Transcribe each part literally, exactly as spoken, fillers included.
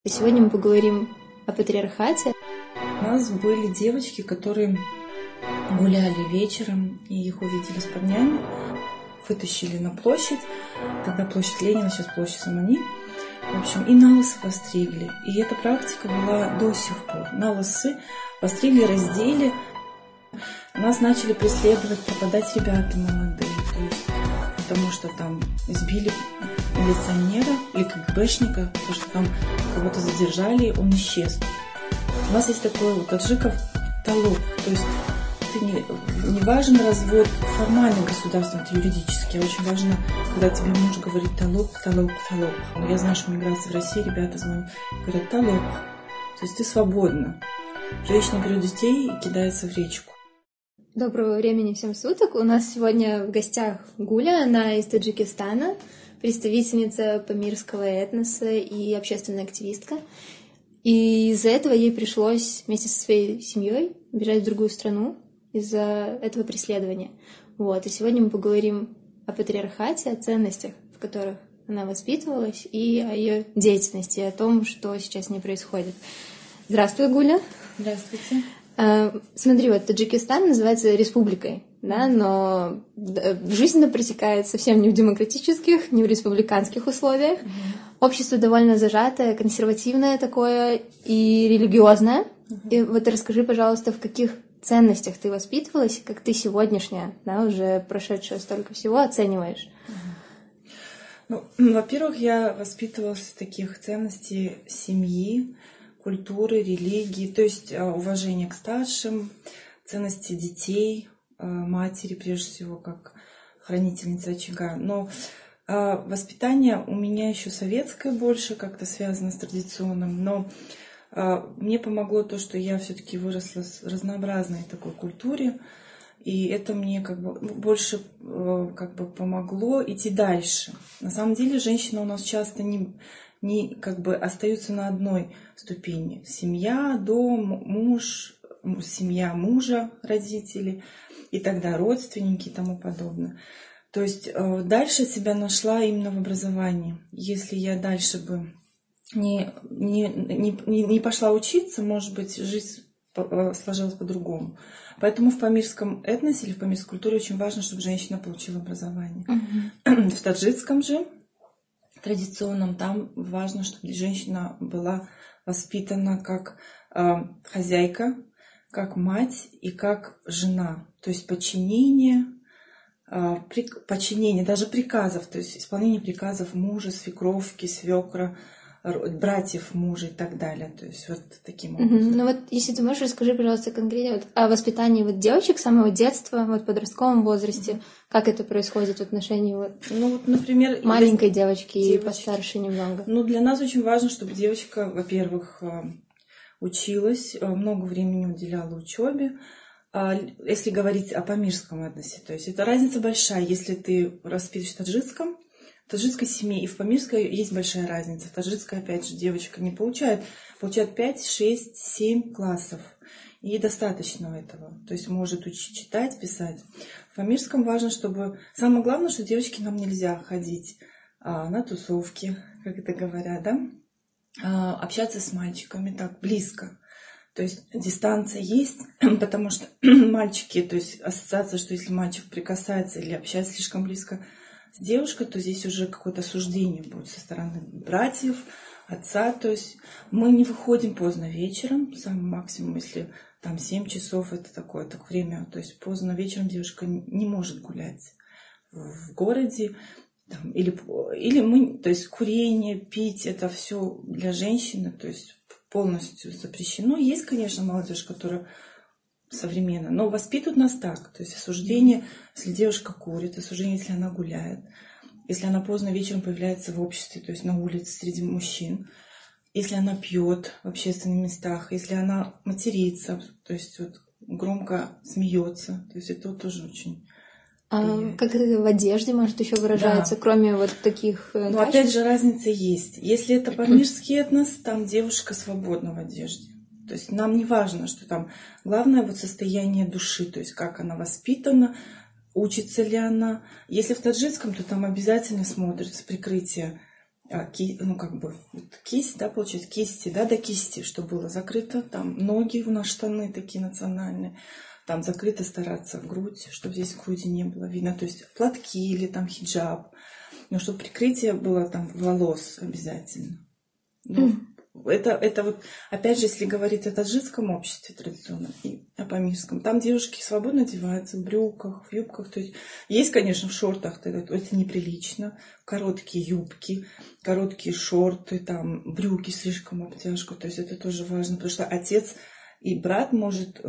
Сегодня мы поговорим о патриархате. У нас были девочки, которые гуляли вечером, и их увидели с парнями, вытащили на площадь, тогда площадь Ленина, сейчас площадь Самани, в общем, и на лысо постригли. И эта практика была до сих пор. На лысы постригли, раздели. Нас начали преследовать, пропадать ребята молодые, то есть, потому что там избили милиционера или КГБшника, потому что там кого-то задержали, он исчез. У нас есть такой у таджиков талук, то есть ты не, не важен развод формально государственный, это юридически, а очень важно, когда тебе муж говорит талук, талук, талук. Но я знаю, что миграция в России, ребята звонят, говорят талук, то есть ты свободна. Женщина берет детей и кидается в речку. Доброго времени всем суток. У нас сегодня в гостях Гуля, она из Таджикистана, представительница памирского этноса и общественная активистка. И из-за этого ей пришлось вместе со своей семьей бежать в другую страну из-за этого преследования. Вот. И сегодня мы поговорим о патриархате, о ценностях, в которых она воспитывалась, и о ее деятельности, и о том, что сейчас с ней происходит. Здравствуй, Гуля. Здравствуйте. Смотри, вот Таджикистан называется республикой, да, но жизнь протекает совсем не в демократических, не в республиканских условиях. Mm-hmm. Общество довольно зажатое, консервативное такое и религиозное. Mm-hmm. И вот расскажи, пожалуйста, в каких ценностях ты воспитывалась, как ты сегодняшняя, да, уже прошедшая столько всего, оцениваешь? Mm-hmm. Ну, во-первых, я воспитывалась в таких ценностей семьи, культуры, религии, то есть уважение к старшим, ценности детей, матери, прежде всего, как хранительница очага. Но воспитание у меня еще советское больше, как-то связано с традиционным, но мне помогло то, что я все-таки выросла в разнообразной такой культуре, и это мне как бы больше как бы помогло идти дальше. На самом деле женщина у нас часто не не как бы остаются на одной ступени. Семья, дом, муж, семья мужа, родители, и тогда родственники и тому подобное. То есть дальше себя нашла именно в образовании. Если я дальше бы не, не, не, не пошла учиться, может быть, жизнь сложилась по-другому. Поэтому в памирском этносе или в памирской культуре очень важно, чтобы женщина получила образование. Mm-hmm. В таджикском же традиционном там важно, чтобы женщина была воспитана как э, хозяйка, как мать и как жена. То есть подчинение, э, при, подчинение даже приказов, то есть исполнение приказов мужа, свекровки, свекра, братьев мужа и так далее. То есть вот таким образом. Mm-hmm. Ну вот, если ты можешь, расскажи, пожалуйста, конкретно вот о воспитании вот девочек с самого детства, вот в подростковом возрасте. Mm-hmm. Как это происходит в отношении вот, ну, вот, например, маленькой девочки девочки. И постарше немного? Ну, для нас очень важно, чтобы девочка, во-первых, училась, много времени уделяла учебе. Если говорить о памирском этносе, то есть это разница большая. Если ты воспитываешь в таджикском, в таджикской семье и в памирской есть большая разница. В таджикской, опять же, девочка не получает, получает пять, шесть, семь классов. И достаточно этого. То есть может учить читать, писать. В памирском важно, чтобы... Самое главное, что девочке нам нельзя ходить а, на тусовки, как это говорят, да? А, общаться с мальчиками так близко. То есть дистанция есть, потому что мальчики, то есть ассоциация, что если мальчик прикасается или общается слишком близко с девушкой, то здесь уже какое-то осуждение будет со стороны братьев, отца. То есть мы не выходим поздно вечером, самый максимум, если там семь часов, это такое так время. То есть поздно вечером девушка не может гулять в городе. Там, или, или мы, то есть курение, пить, это все для женщины, то есть полностью запрещено. Есть, конечно, молодежь, которая современная, но воспитывают нас так. То есть осуждение, если девушка курит, осуждение, если она гуляет, если она поздно вечером появляется в обществе, то есть на улице среди мужчин, если она пьет в общественных местах, если она матерится, то есть вот громко смеется, то есть это тоже очень... А как это в одежде, может, еще выражается, да. Кроме вот таких... Ну, опять же, разница есть. Если это памирский этнос, там девушка свободна в одежде. То есть нам не важно, что там... Главное вот состояние души, то есть как она воспитана, учится ли она. Если в таджикском, то там обязательно смотрится прикрытие а, ки, ну, как бы, вот кисть, да, получается, кисти, да, до кисти, что было закрыто, там, ноги у нас штаны такие национальные, там, закрыто стараться грудь, чтобы здесь груди не было видно, то есть платки или там хиджаб, но чтобы прикрытие было там волос обязательно. Ну, Mm. Это, это вот, опять же, если говорить о таджикском обществе традиционном и о памирском, там девушки свободно одеваются в брюках, в юбках. То есть, есть, конечно, в шортах, это, это неприлично. Короткие юбки, короткие шорты, там, брюки слишком обтяжку. То есть, это тоже важно, потому что отец и брат может,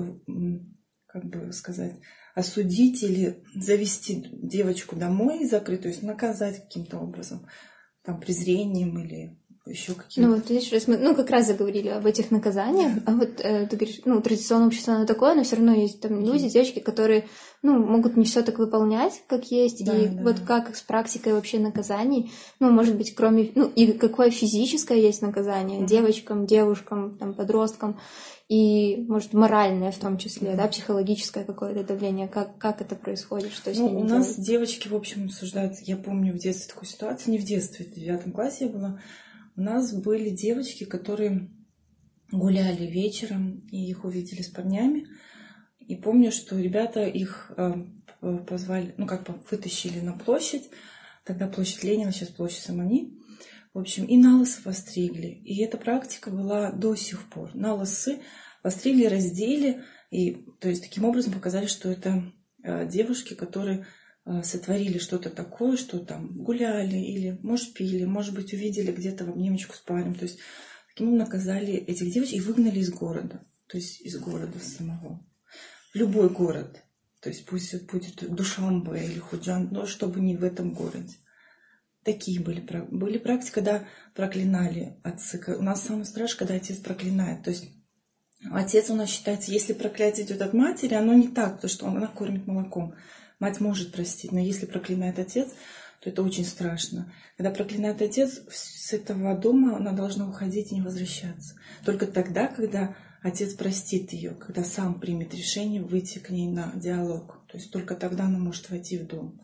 как бы сказать, осудить или завести девочку домой и закрыть, то есть наказать каким-то образом, там, презрением или еще какие-то. Ну, вот видишь, раз мы, ну, как раз заговорили об этих наказаниях, а вот э, ты говоришь, ну, традиционное общество, оно такое, но все равно есть там люди, девочки, которые, ну, могут не все так выполнять, как есть, Да, и да. вот как с практикой вообще наказаний, ну, может быть, кроме, ну, и какое физическое есть наказание Mm-hmm. девочкам, девушкам, там, подросткам, и, может, моральное в том числе, Mm-hmm. да, психологическое какое-то давление, как, как это происходит, что с ну, ними у делают? нас девочки, в общем, обсуждаются, я помню в детстве такую ситуацию, не в детстве, в девятом классе я была. У нас были девочки, которые гуляли вечером, и их увидели с парнями. И помню, что ребята их позвали, ну, как бы вытащили на площадь. Тогда площадь Ленина, сейчас площадь Самани. В общем, и на лысо постригли. И эта практика была до сих пор. На лысы постригли, раздели. И, то есть, таким образом показали, что это девушки, которые сотворили что-то такое, что там гуляли или, может, пили, может быть, увидели где-то в обнимочку с парнем. То есть таким образом наказали этих девочек и выгнали из города. То есть из города самого. В любой город. То есть пусть это будет Душанбе или Худжан, но чтобы не в этом городе. Такие были, были практики, когда проклинали отцы. У нас самое страшное, когда отец проклинает. То есть отец у нас считается, если проклятие идет от матери, оно не так, потому что она кормит молоком. Мать может простить, но если проклинает отец, то это очень страшно. Когда проклинает отец, с этого дома она должна уходить и не возвращаться. Только тогда, когда отец простит ее, когда сам примет решение выйти к ней на диалог. То есть только тогда она может войти в дом.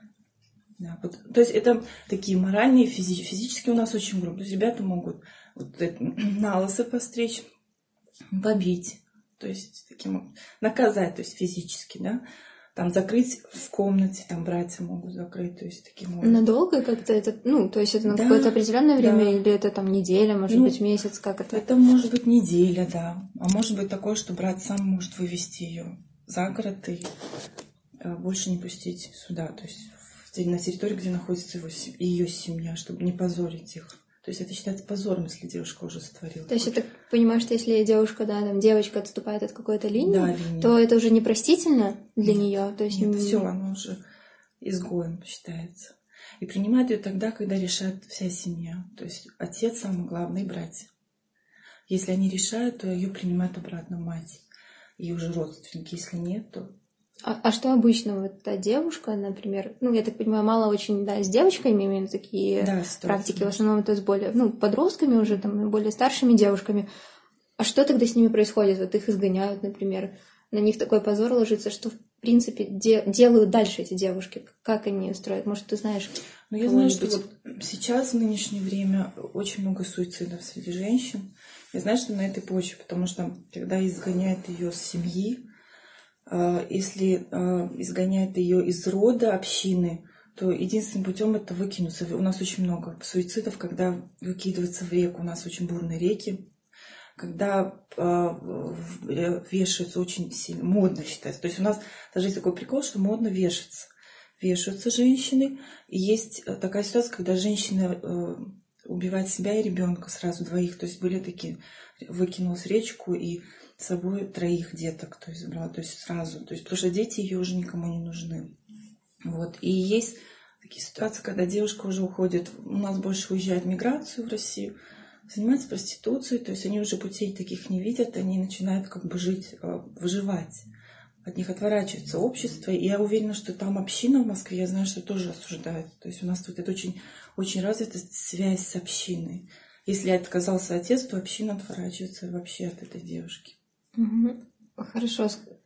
Да, вот, то есть это такие моральные, физи- физически у нас очень грубо. То есть ребята могут вот это, на лысо постричь, побить, то есть таким наказать, то есть физически, да. Там закрыть в комнате, там братья могут закрыть, то есть таким образом. Надолго как-то это, ну, то есть это на да, какое-то определенное время, да. или это там неделя, может ну, быть, месяц, как это? Это может быть неделя, да. А может быть такое, что брат сам может вывести ее за город и больше не пустить сюда, то есть на территорию, где находится его, ее семья, чтобы не позорить их. То есть это считается позором, если девушка уже сотворила. То есть я так понимаю, что если девушка, да, там девочка отступает от какой-то линии, да, линия. то это уже непростительно для нет, нее. То есть нет, не... все, она уже изгоем считается. И принимают ее тогда, когда решает вся семья. То есть отец самый главный, и братья. Если они решают, то ее принимает обратно мать и уже родственники. Если нет, то... А, а что обычно вот та девушка, например, ну, я так понимаю, мало очень, да, с девочками именно такие да, практики, в основном это с более, ну, подростками уже, там, более старшими девушками. А что тогда с ними происходит? Вот их изгоняют, например, на них такой позор ложится, что, в принципе, де- делают дальше эти девушки? Как они устроят? Может, ты знаешь? Ну, я знаю, что вот сейчас, в нынешнее время, очень много суицидов среди женщин. Я знаю, что на этой почве, потому что, когда изгоняют ее с семьи, если изгоняют ее из рода, общины, то единственным путем это выкинуться. У нас очень много суицидов, когда выкидываются в реку. У нас очень бурные реки. Когда вешаются очень сильно, модно считается. То есть у нас даже есть такой прикол, что модно вешаться. Вешаются женщины. И есть такая ситуация, когда женщина убивает себя и ребенка сразу, двоих. То есть были такие, выкинулась в речку и с собой троих деток, то есть забрала, то есть сразу. То есть, потому что дети ее уже никому не нужны. Вот. И есть такие ситуации, когда девушка уже уходит, у нас больше уезжает в миграцию в Россию, занимается проституцией, то есть они уже путей таких не видят, они начинают как бы жить, выживать. От них отворачивается общество. И я уверена, что там община в Москве, я знаю, что тоже осуждают. То есть у нас тут это очень, очень развита связь с общиной. Если отказался отец, то община отворачивается вообще от этой девушки. Угу. Хорошо.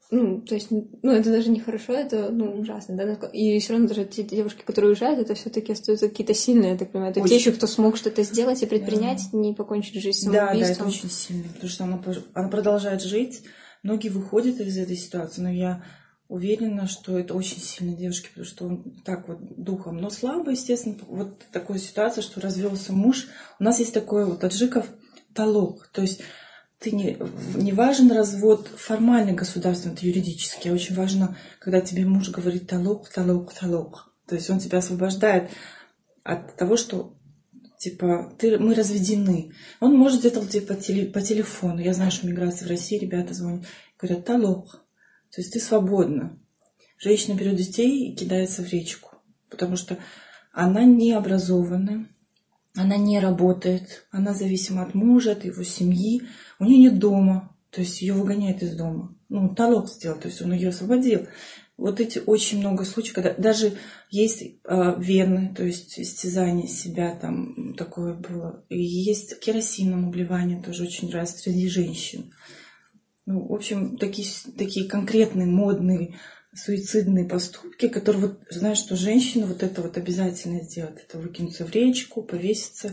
Ну, то есть, ну, это даже не хорошо, это, ну, ужасно, да, и все равно даже те девушки, которые уезжают, это все-таки остаются какие-то сильные, я так понимаю, это те еще, кто смог что-то сделать и предпринять, да. Не покончить жизнь самоубийством. Да, да, это очень сильно, потому что она, она продолжает жить, многие выходят из этой ситуации, но я уверена, что это очень сильные девушки, потому что он так вот духом, но слабо, естественно, вот такая ситуация, что развелся муж, у нас есть такое вот таджиков талок, то есть ты не, не важен развод формальный государственный, это юридический, а очень важно, когда тебе муж говорит талок, талок, талок. То есть он тебя освобождает от того, что типа ты, мы разведены. Он может где-то типа, теле, по телефону. Я знаю, что в миграции в России ребята звонят, говорят талок. То есть ты свободна. Женщина берет детей и кидается в речку, потому что она не образованная. Она не работает, она зависима от мужа, от его семьи, у нее нет дома, то есть ее выгоняют из дома. Ну, талок сделал, то есть он ее освободил. Вот эти очень много случаев, когда даже есть э, вены, то есть истязание себя, там такое было. И есть керосином обливание, тоже очень раз среди женщин. Ну, в общем, такие, такие конкретные, модные, суицидные поступки, которые, вот, знаешь, что женщина вот это вот обязательно сделает. Это выкинуться в речку, повеситься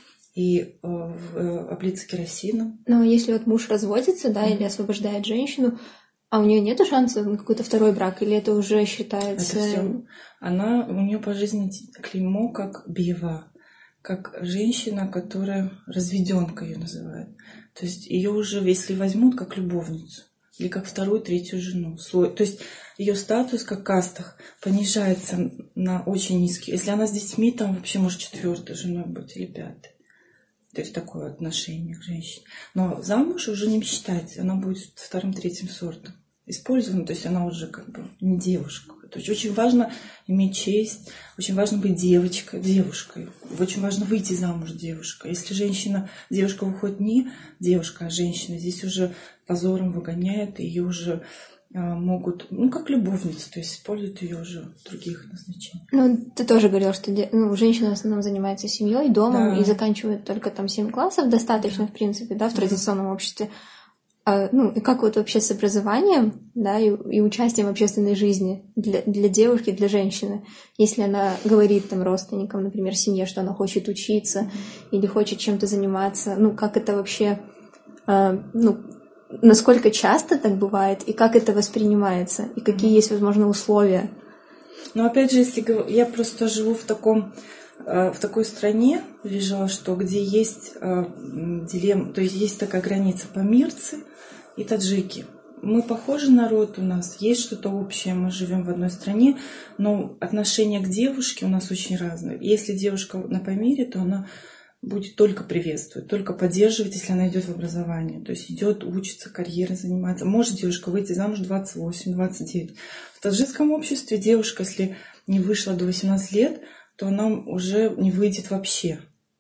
и э, э, облиться керосином. Но если вот муж разводится, да, mm-hmm. или освобождает женщину, а у нее нету шанса на какой-то второй брак, или это уже считается... Это все. Она, у нее по жизни клеймо как бева, как женщина, которая разведенка ее называют. То есть ее уже, если возьмут, как любовницу, или как вторую, третью жену. Слой. То есть ее статус, как в кастах, понижается на очень низкий. Если она с детьми, там вообще может четвертой женой быть или пятой. То есть такое отношение к женщине. Но замуж уже не считается. Она будет вторым, третьим сортом использована. То есть она уже как бы не девушка. То есть очень важно иметь честь, очень важно быть девочкой, девушкой. Очень важно выйти замуж девушкой. Если женщина, девушка выходит не девушка, а женщина, здесь уже позором выгоняют, и ее уже а, могут, ну, как любовницу, то есть используют ее уже в других назначениях. Ну, ты тоже говорила, что ну, женщина в основном занимается семьей, домом, да. И заканчивает только там семь классов, достаточно, да. В принципе, да, в традиционном да. обществе. А, ну, и как вот вообще с образованием, да, и, и участием в общественной жизни для, для девушки, для женщины, если она говорит там родственникам, например, семье, что она хочет учиться mm-hmm. или хочет чем-то заниматься, ну, как это вообще, а, ну, насколько часто так бывает, и как это воспринимается, и какие mm-hmm. есть, возможно, условия? Ну, опять же, если я просто живу в таком в такой стране, лежала, что где есть э, дилемма, то есть есть такая граница памирцы и таджики. Мы похожий народ, у нас есть что-то общее, мы живем в одной стране, но отношение к девушке у нас очень разное. Если девушка на Памире, то она будет только приветствовать, только поддерживать, если она идет в образование. То есть идет, учится, карьерой занимается. Может девушка выйти замуж двадцать восемь - двадцать девять. В таджикском обществе девушка, если не вышла до восемнадцати лет, то она уже не выйдет вообще.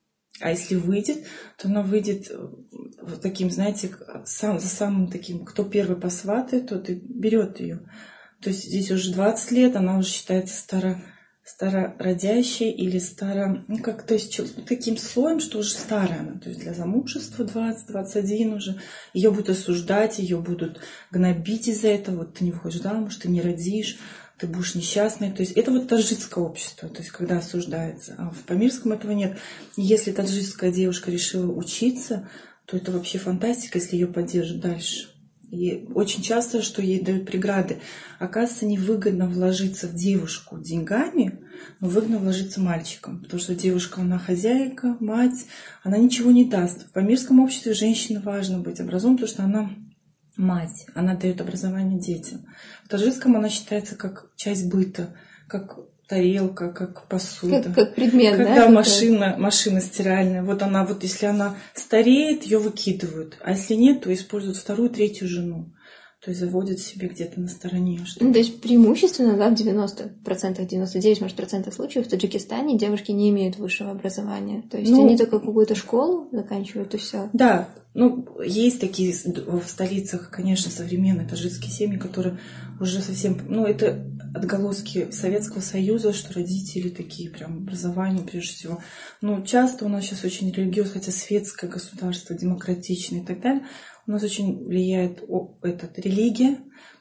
А если выйдет, то она выйдет таким, знаете, сам, за самым таким, кто первый посватает, тот и берет ее. То есть здесь уже двадцать лет, она уже считается старо, старородящей или старо... Ну, как, то есть таким слоем, что уже старая она. То есть для замужества двадцать - двадцать один уже. Ее будут осуждать, ее будут гнобить из-за этого. Вот ты не выходишь замуж, ты не родишь, ты будешь несчастной. То есть это вот таджикское общество, то есть когда осуждается. А в памирском этого нет. И если таджикская девушка решила учиться, то это вообще фантастика, если ее поддержат дальше. И очень часто, что ей дают преграды. Оказывается, невыгодно вложиться в девушку деньгами, но выгодно вложиться мальчиком. Потому что девушка, она хозяйка, мать, она ничего не даст. В памирском обществе женщине важно быть образованной, потому что она мать, она дает образование детям. В таджикском она считается как часть быта, как тарелка, как посуда. Как, как предмет, как, да? Да, машина, машина стиральная. Вот она, вот если она стареет, ее выкидывают. А если нет, то используют вторую, третью жену. То есть заводят себе где-то на стороне. Ну, то есть преимущественно, да, в девяноста процентах, девяносто девять, может, процентов случаев в Таджикистане девушки не имеют высшего образования. То есть ну, они только какую-то школу заканчивают, и все. Да, ну, есть такие в столицах, конечно, современные таджикские семьи, которые уже совсем... Ну, это отголоски Советского Союза, что родители такие прям образование прежде всего. Но часто у нас сейчас очень религиозное, хотя светское государство, демократичное и так далее, у нас очень влияет этот, религия,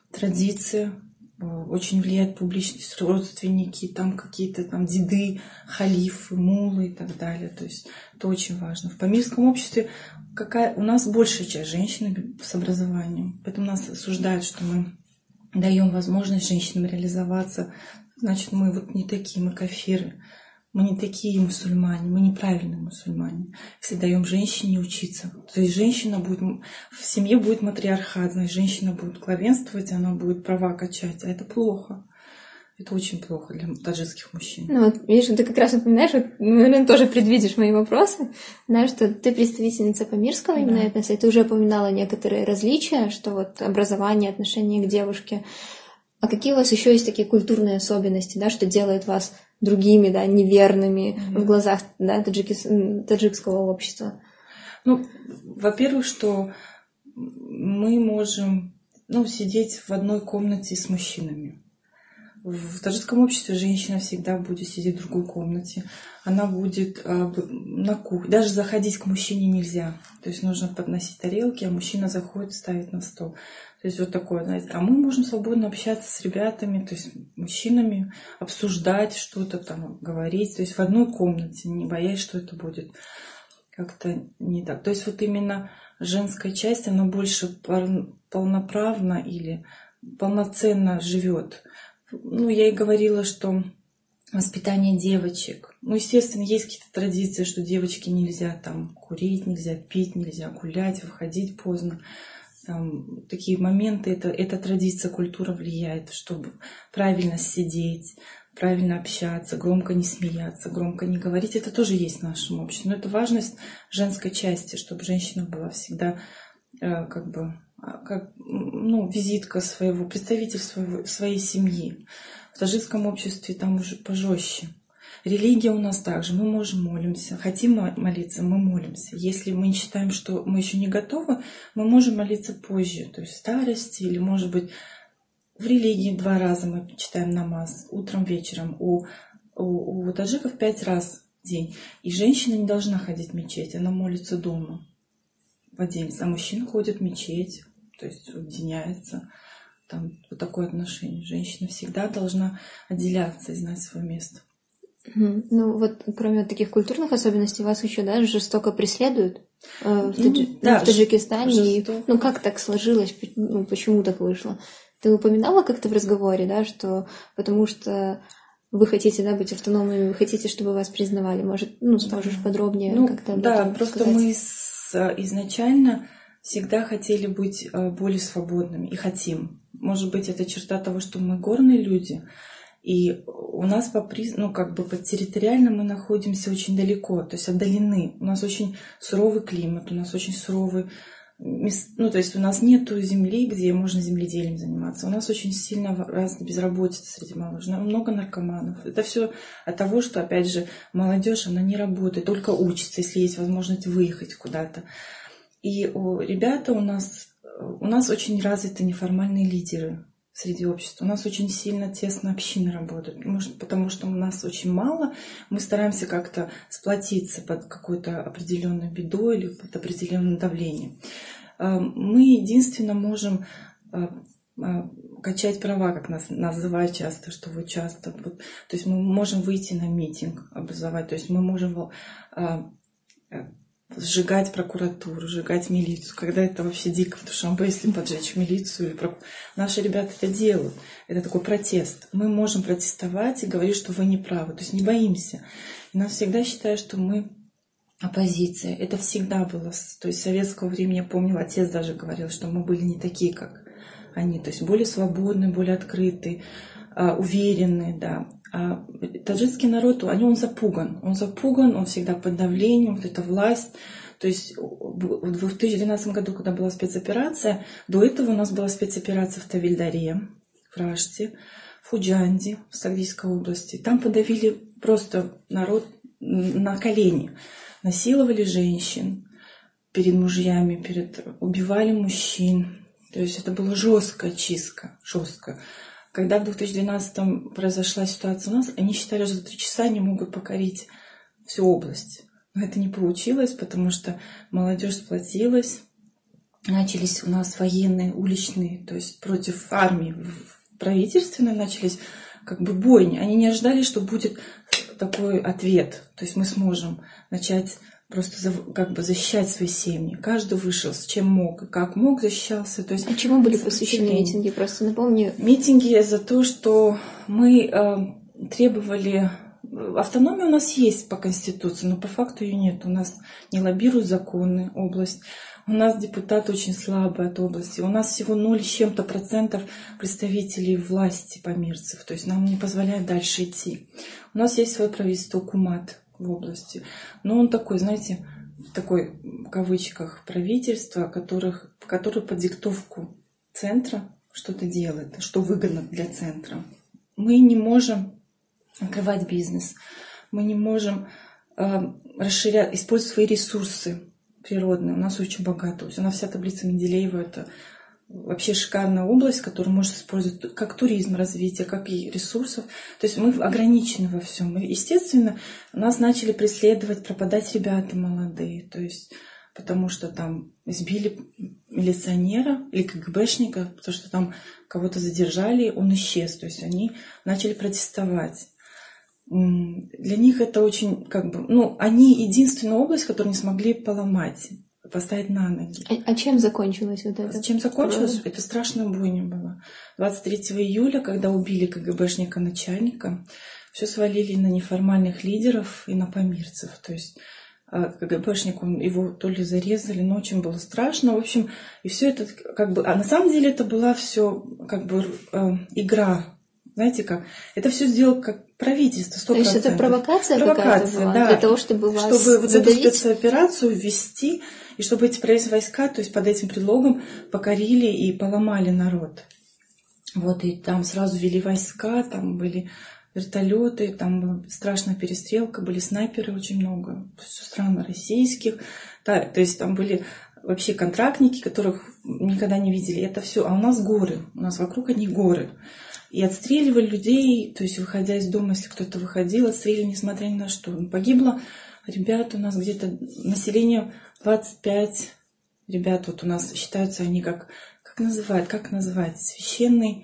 традиции, очень влияет публичность, родственники, там какие-то там деды, халифы, мулы и так далее. То есть это очень важно. В памирском обществе какая... у нас большая часть женщин с образованием, поэтому нас осуждают, что мы даем возможность женщинам реализоваться. Значит, мы вот не такие, мы кафиры. Мы не такие мусульмане, мы неправильные мусульмане. Если даем женщине учиться, то есть женщина будет, в семье будет матриархат, значит, женщина будет главенствовать, она будет права качать, а это плохо. Это очень плохо для таджикских мужчин. Ну вот, видишь, ты как раз напоминаешь, вот, наверное, тоже предвидишь мои вопросы, да, что ты представительница памирского да. именно этноса, и ты уже упоминала некоторые различия, что вот образование, отношение к девушке. А какие у вас еще есть такие культурные особенности, да, что делает вас другими, да, неверными mm-hmm. в глазах, да, таджики, таджикского общества? Ну, во-первых, что мы можем, ну, сидеть в одной комнате с мужчинами. В таджикском обществе женщина всегда будет сидеть в другой комнате. Она будет э, на кухне. Даже заходить к мужчине нельзя. То есть нужно подносить тарелки, а мужчина заходит, ставит на стол. То есть вот такое, знаете. А мы можем свободно общаться с ребятами, то есть мужчинами, обсуждать что-то там, говорить. То есть в одной комнате, не боясь, что это будет как-то не так. То есть вот именно женская часть, она больше полноправно или полноценно живет. Ну, я и говорила, что воспитание девочек. Ну, естественно, есть какие-то традиции, что девочке нельзя там курить, нельзя пить, нельзя гулять, выходить поздно. Там, такие моменты, это, эта традиция, культура влияет, чтобы правильно сидеть, правильно общаться, громко не смеяться, громко не говорить. Это тоже есть в нашем обществе. Но это важность женской части, чтобы женщина была всегда э, как бы... как ну, визитка своего, представитель своего, своей семьи. В таджикском обществе там уже пожестче. Религия у нас также. Мы можем молимся. Хотим молиться, мы молимся. Если мы считаем, что мы еще не готовы, мы можем молиться позже. То есть в старости или, может быть, в религии два раза мы читаем намаз. Утром, вечером. У, у, у таджиков пять раз в день. И женщина не должна ходить в мечеть. Она молится дома в отдельности. А мужчина ходит в мечеть. То есть уединяется. Там вот такое отношение. Женщина всегда должна отделяться и знать свое место. Ну вот кроме таких культурных особенностей вас еще, да, жестоко преследуют э, в, Таджи... ну, да, в Таджикистане. И, жестоко. ну как так сложилось? Ну, почему так вышло? Ты упоминала как-то в разговоре, да, что потому что вы хотите, да, быть автономными, вы хотите, чтобы вас признавали. Может, ну, сможешь подробнее ну, как-то об да, этом просто сказать? мы с, изначально всегда хотели быть более свободными и хотим. Может быть, это черта того, что мы горные люди, и у нас по приз... ну, как бы по территориально мы находимся очень далеко, то есть отдалены. У нас очень суровый климат, у нас очень суровый... Ну, то есть у нас нет земли, где можно земледелием заниматься. У нас очень сильно разная безработица среди молодежи, много наркоманов. Это все от того, что, опять же, молодежь, она не работает, только учится, если есть возможность выехать куда-то. И у ребята у нас, у нас очень развиты неформальные лидеры среди общества. У нас очень сильно тесно общины работают. Может, потому что у нас очень мало, мы стараемся как-то сплотиться под какой-то определенной бедой или под определенным давлением. Мы единственно можем качать права, как нас называют часто, что вы часто... То есть мы можем выйти на митинг, образовать, то есть мы можем сжигать прокуратуру, сжигать милицию, когда это вообще дико в Душанбе, если поджечь милицию или прокуратуру. Наши ребята это делают. Это такой протест. Мы можем протестовать и говорить, что вы не правы. То есть не боимся. И нас всегда считают, что мы оппозиция. Это всегда было. То есть с советского времени, я помню, отец даже говорил, что мы были не такие, как они. То есть более свободные, более открытые, уверенные, да. А таджикский народ, они, он запуган. Он запуган, он всегда под давлением, вот эта власть. То есть в две тысячи двенадцатом году, когда была спецоперация, до этого у нас была спецоперация в Тавильдаре, в Раште, в Худжанде, в Сагдийской области. Там подавили просто народ на колени. Насиловали женщин перед мужьями, перед... убивали мужчин. То есть это была жесткая чистка, жесткая. Когда в две тысячи двенадцатом произошла ситуация у нас, они считали, что за три часа они могут покорить всю область. Но это не получилось, потому что молодежь сплотилась, начались у нас военные, уличные, то есть против армии правительственной начались как бы бойни. Они не ожидали, что будет такой ответ. То есть мы сможем начать просто как бы защищать свои семьи. Каждый вышел с чем мог и как мог защищался. То есть а чему были посвящены митинги? Просто напомню. Митинги за то, что мы э, требовали... Автономия у нас есть по Конституции, но по факту ее нет. У нас не лоббируют законы, область. У нас депутаты очень слабые от области. У нас всего ноль с чем-то процентов представителей власти помирцев. То есть нам не позволяет дальше идти. У нас есть свое правительство Кумат в области. Но он такой, знаете, такой, в кавычках, правительство, которых, которое под диктовку центра что-то делает, что выгодно для центра. Мы не можем открывать бизнес, мы не можем э, расширять, использовать свои ресурсы природные. У нас очень богато. У нас вся таблица Менделеева — это вообще шикарная область, которую можно использовать как туризм, развитие, как и ресурсов. То есть мы ограничены во всем. И, естественно, нас начали преследовать, пропадать ребята молодые. То есть потому что там сбили милиционера или КГБшника, потому что там кого-то задержали, он исчез. То есть они начали протестовать. Для них это очень, как бы, ну, они единственная область, которую не смогли поломать, поставить на ноги. А, а чем закончилось вот это? Чем закончилось? Это страшная бойня была. двадцать третьего июля, когда убили КГБшника-начальника, все свалили на неформальных лидеров и на помирцев. То есть КГБшник, он, его то ли зарезали, но очень было страшно. В общем, и все это как бы... А на самом деле это была все как бы э, игра. Знаете как? Это все сделал как правительство, сто процентов. То есть это провокация, провокация какая-то была? Да. Для того, чтобы вас Чтобы вот задавить? эту спецоперацию ввести, и чтобы эти войска, то есть под этим предлогом, покорили и поломали народ. Вот, и там сразу ввели войска, там были вертолеты, там была страшная перестрелка, были снайперы очень много, со стран российских. Да, то есть там были вообще контрактники, которых никогда не видели. Это все. А у нас горы, у нас вокруг одни горы. И отстреливали людей, то есть выходя из дома, если кто-то выходил, отстреливали, несмотря ни на что. Погибло ребят у нас где-то население двадцать пять ребят. Вот у нас считаются они как, как называют, как называть, священный,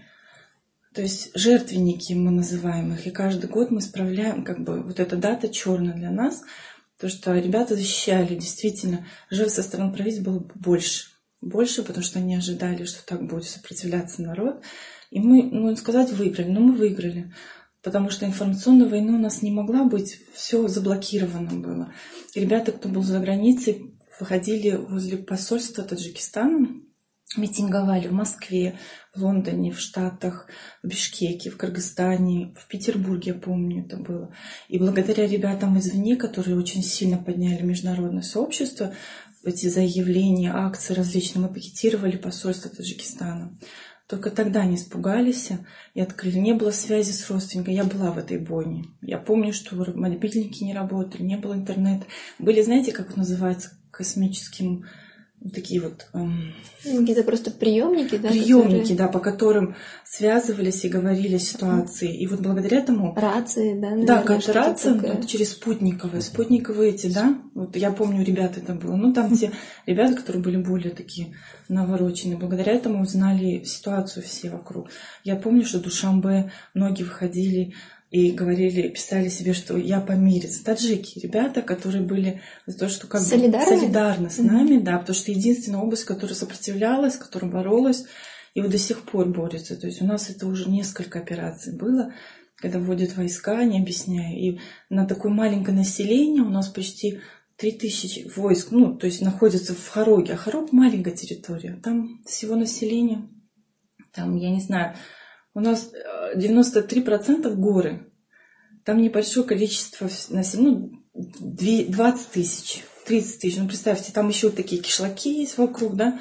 то есть жертвенники мы называем их. И каждый год мы справляем, как бы вот эта дата черная для нас, то что ребята защищали, действительно, жертв со стороны правительства было больше. Больше, потому что они ожидали, что так будет сопротивляться народ. И мы, ну, сказать, выиграли. Но мы выиграли. Потому что информационная война у нас не могла быть. Все заблокировано было. И ребята, кто был за границей, выходили возле посольства Таджикистана, митинговали в Москве, в Лондоне, в Штатах, в Бишкеке, в Кыргызстане, в Петербурге, я помню, это было. И благодаря ребятам извне, которые очень сильно подняли международное сообщество, эти заявления, акции различные, мы пикетировали посольство Таджикистана. Только тогда они испугались и открыли. Не было связи с родственниками. Я была в этой бойне. Я помню, что мобильники не работали, не было интернета. Были, знаете, как это называется, космическим... Такие вот... Эм, Какие-то просто приемники, да? Приемники, которые... да, по которым связывались и говорили о ситуации. И вот благодаря этому... Рации, да? Наверное, да, как рация вот, через спутниковые. Спутниковые эти, да? Вот я помню, ребята это было. Ну, там те ребята, которые были более такие навороченные. Благодаря этому узнали ситуацию все вокруг. Я помню, что в Душанбе многие выходили и говорили, писали себе, что я помирец. Таджики, ребята, которые были за то, что как бы солидарны с нами, mm-hmm. да, потому что единственная область, которая сопротивлялась, которая боролась, и вот до сих пор борется. То есть у нас это уже несколько операций было, когда вводят войска, не объясняя. И на такое маленькое население у нас почти три тысячи войск, ну, то есть находятся в Хороге. А Хорог маленькая территория, там всего население, там, я не знаю, у нас девяносто три процента горы. Там небольшое количество населения, ну, двадцать тысяч, тридцать тысяч. Ну, представьте, там еще вот такие кишлаки есть вокруг, да.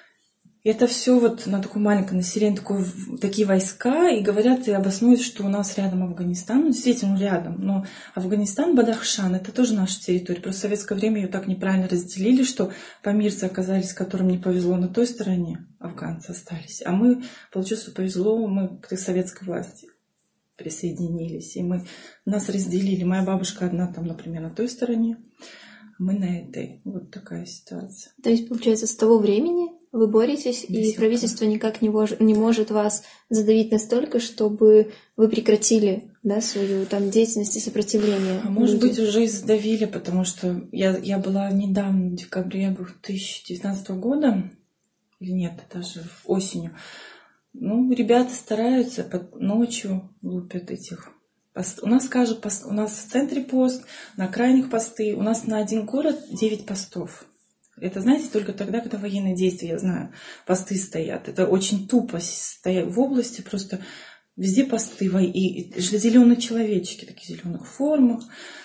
И это все вот на такое маленькое население, такое, такие войска, и говорят, и обоснуют, что у нас рядом Афганистан. Ну, действительно, рядом. Но Афганистан, Бадахшан, это тоже наша территория. Просто в советское время ее так неправильно разделили, что помирцы оказались, которым не повезло на той стороне, афганцы остались. А мы, получилось, что повезло, мы к советской власти присоединились. И мы, нас разделили. Моя бабушка одна там, например, на той стороне, мы на этой. Вот такая ситуация. То есть, получается, с того времени вы боретесь, До и сих правительство никак не, вож- не может вас задавить настолько, чтобы вы прекратили, да, свою там деятельность и сопротивление. А может люди. быть, уже и задавили, потому что я, я была недавно, в декабре две тысячи девятнадцатого года, или нет, даже осенью. Ну, ребята стараются, под ночью лупят этих пост. У нас, скажем, пост, у нас в центре пост, на крайних посты, у нас на один город девять постов. Это, знаете, только тогда, когда военные действия, я знаю, посты стоят. Это очень тупо стоять в области, просто везде посты, и зеленые человечки, такие в зеленых формах,